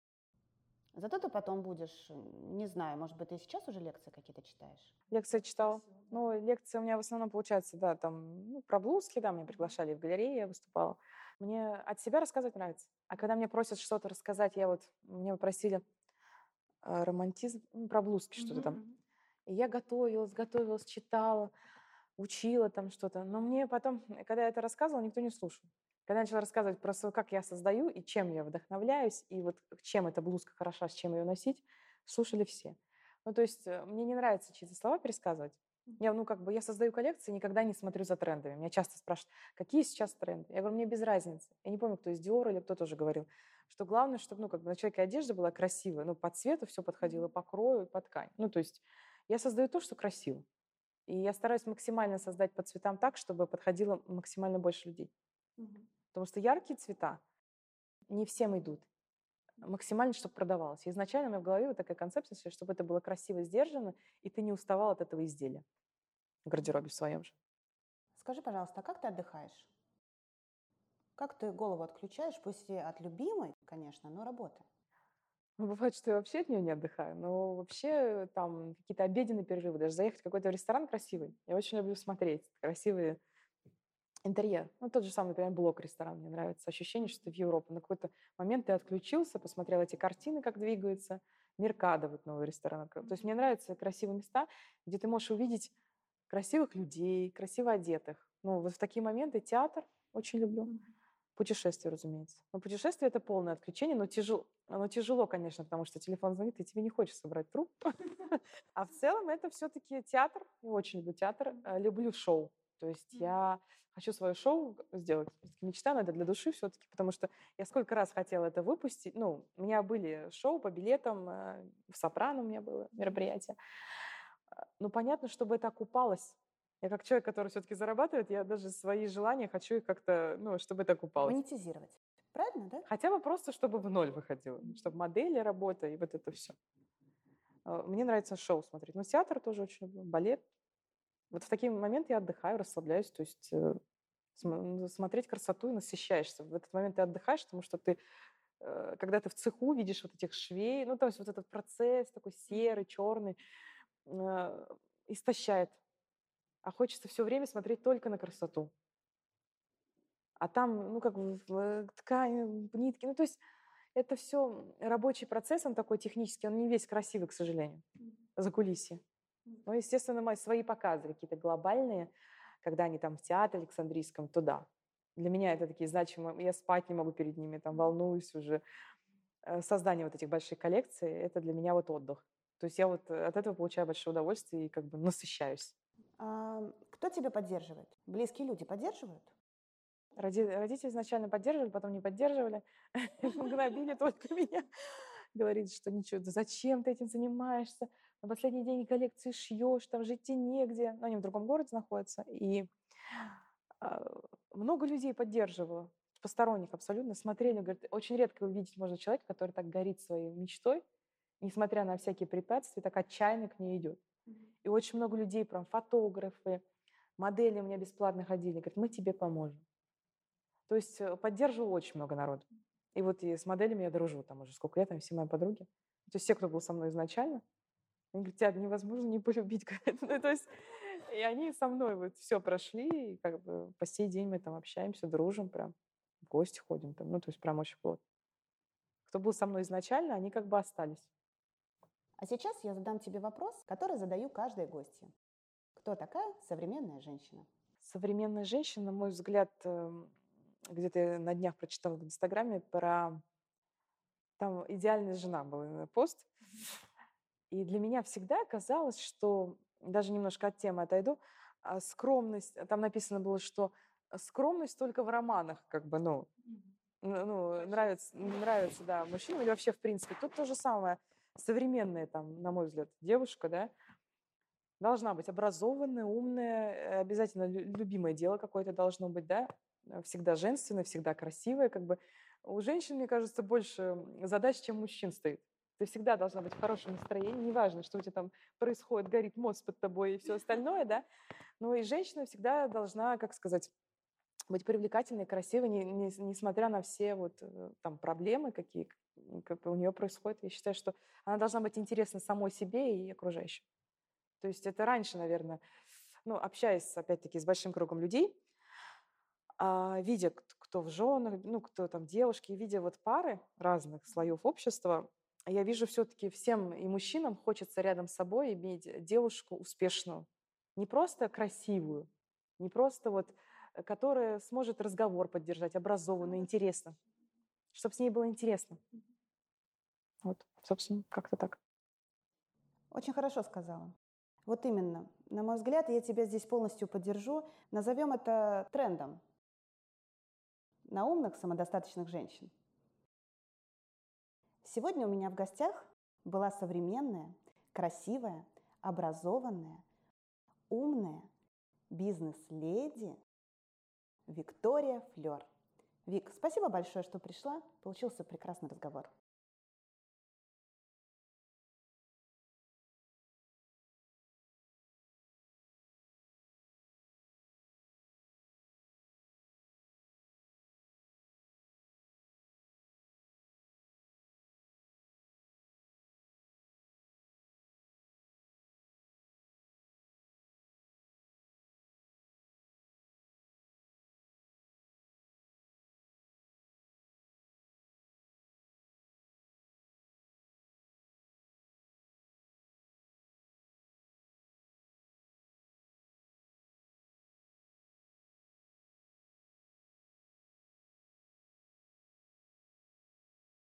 Зато ты потом будешь, м, не знаю, может быть, ты сейчас уже лекции какие-то читаешь? Лекции читала. Ну, лекции у меня в основном получается, да, там, ну, про блузки, да, меня приглашали в галереи, я выступала. Мне от себя рассказывать нравится. А когда мне просят что-то рассказать, я вот, меня попросили э, романтизм, ну, про блузки что-то там. И я готовилась, готовилась, читала, учила там что-то. Но мне потом, когда я это рассказывала, никто не слушал. Когда я начала рассказывать про свой, как я создаю и чем я вдохновляюсь, и вот чем эта блузка хороша, с чем ее носить, слушали все. Ну, то есть э, мне не нравится чьи-то слова пересказывать. Я, ну, как бы, я создаю коллекции, никогда не смотрю за трендами. Меня часто спрашивают, какие сейчас тренды? Я говорю, мне без разницы. Я не помню, кто из Dior или кто тоже говорил, что главное, чтобы, ну, как бы на человеке одежда была красивая, ну, по цвету все подходило, по крою, по ткани. Ну, то есть я создаю то, что красиво. И я стараюсь максимально создать по цветам так, чтобы подходило максимально больше людей. Потому что яркие цвета не всем идут. Максимально, чтобы продавалось. И изначально у меня в голове вот такая концепция, что- чтобы это было красиво сдержано, и ты не уставал от этого изделия в гардеробе в своем же. Скажи, пожалуйста, а как ты отдыхаешь? Как ты голову отключаешь, пусть и от любимой, конечно, но работы? Ну, бывает, что я вообще от нее не отдыхаю, но вообще там какие-то обеденные перерывы, даже заехать в какой-то ресторан красивый. Я очень люблю смотреть красивые интерьер. Ну, тот же самый, например, блок-ресторан. Мне нравится ощущение, что ты в Европу. На какой-то момент ты отключился, посмотрел эти картины, как двигаются. Меркадо, вот новый ресторан. открыл. То есть мне нравятся красивые места, где ты можешь увидеть красивых людей, красиво одетых. Ну, вот в такие моменты театр очень люблю. Путешествия, разумеется. Но путешествие– это полное отключение, но тяжело, оно тяжело, конечно, потому что телефон звонит, и тебе не хочется брать трубку. А в целом это все-таки театр. Я очень люблю театр. э, Люблю шоу. То есть я хочу свое шоу сделать. Всё-таки мечта, но это для души все-таки, потому что я сколько раз хотела это выпустить. Ну, у меня были шоу по билетам, э, в «Сопрано» у меня было мероприятие. А, Ну, понятно, чтобы это окупалось. Я как человек, который все-таки зарабатывает, я даже свои желания хочу их как-то, ну, чтобы это окупалось. Монетизировать. Правильно, да? Хотя бы просто, чтобы в ноль выходило, чтобы модели, работа и вот это все. Мне нравится шоу смотреть. Но театр тоже очень люблю, балет. Вот в такие моменты я отдыхаю, расслабляюсь, то есть э, см- ну, смотреть красоту и насыщаешься. В этот момент ты отдыхаешь, потому что ты, э, когда ты в цеху видишь вот этих швей, ну, то есть вот этот процесс такой серый, черный, э, истощает. А хочется все время смотреть только на красоту. А там, ну, как в в ткани, в нитке, ну, то есть это все рабочий процесс, он такой технический, он не весь красивый, к сожалению, закулисье. Ну, естественно, мои свои показы какие-то глобальные, когда они там в театре Александрийском, то да. Для меня это такие значимые, я спать не могу перед ними, там волнуюсь уже. Э, Создание вот этих больших коллекций– это для меня вот отдых. То есть я вот э, от этого получаю большое удовольствие и как бы насыщаюсь. А, кто тебя поддерживает? Близкие люди поддерживают? Роди- Родители изначально поддерживали, потом не поддерживали, гнобили только меня. Говорит, что ничего, да зачем ты этим занимаешься? на последний день коллекции шьешь, там жить тебе негде. Но они в другом городе находятся. И а, много людей поддерживало, посторонних абсолютно, смотрели, говорят, очень редко увидеть можно человека, который так горит своей мечтой, несмотря на всякие препятствия, так отчаянно к ней идет. И очень много людей, прям фотографы, модели у меня бесплатно ходили, говорят, мы тебе поможем. То есть э, поддерживал очень много народу. И вот и с моделями я дружу там уже сколько лет, там все мои подруги. То есть все, кто был со мной изначально, они говорят, тебя невозможно не полюбить. говорят. Ну, то есть, и они со мной вот все прошли, и как бы по сей день мы там общаемся, дружим прям, в гости ходим там, ну, то есть прям очень плотно. Кто был со мной изначально, они как бы остались. А сейчас я задам тебе вопрос, который задаю каждой гостье. Кто такая современная женщина? Современная женщина, на мой взгляд, эм, где-то я на днях прочитала в Инстаграме про... Там «Идеальная жена» был именно пост. И для меня всегда казалось, что, даже немножко от темы отойду, а, скромность, там написано было, что скромность только в романах, как бы, ну, ну, ну, нравится, нравится, да, мужчинам или вообще в принципе. Тут то же самое. Современная, там, на мой взгляд, девушка, да, должна быть образованная, умная, э, обязательно лю- любимое дело какое-то должно быть, да, э, всегда женственная, всегда красивая, как бы. У женщин, мне кажется, больше задач, чем у мужчин стоит. Ты всегда должна быть в хорошем настроении, неважно, что у тебя там происходит, горит мост под тобой и все остальное, да, но и женщина всегда должна, как сказать, быть привлекательной, красивой, не- не- несмотря на все вот э, там проблемы, какие м, как бы у нее происходят. Я считаю, что она должна быть интересна самой себе и окружающим. То есть это раньше, наверное, ну, общаясь, опять-таки, с большим кругом людей, а, видя, кт- кто в женах, ну, кто там девушки, видя вот пары разных слоев общества, я вижу все-таки всем и мужчинам хочется рядом с собой иметь девушку успешную. Не просто красивую, не просто вот, э, которая сможет разговор поддержать, образованную, интересно, чтобы с ней было интересно. Вот, собственно, как-то так. Очень хорошо сказала. Вот именно. На мой взгляд, я тебя здесь полностью поддержу. Назовем это трендом на умных, самодостаточных женщин. Сегодня у меня в гостях была современная, красивая, образованная, умная бизнес-леди Виктория Флёр. Вик, спасибо большое, что пришла. Получился прекрасный разговор.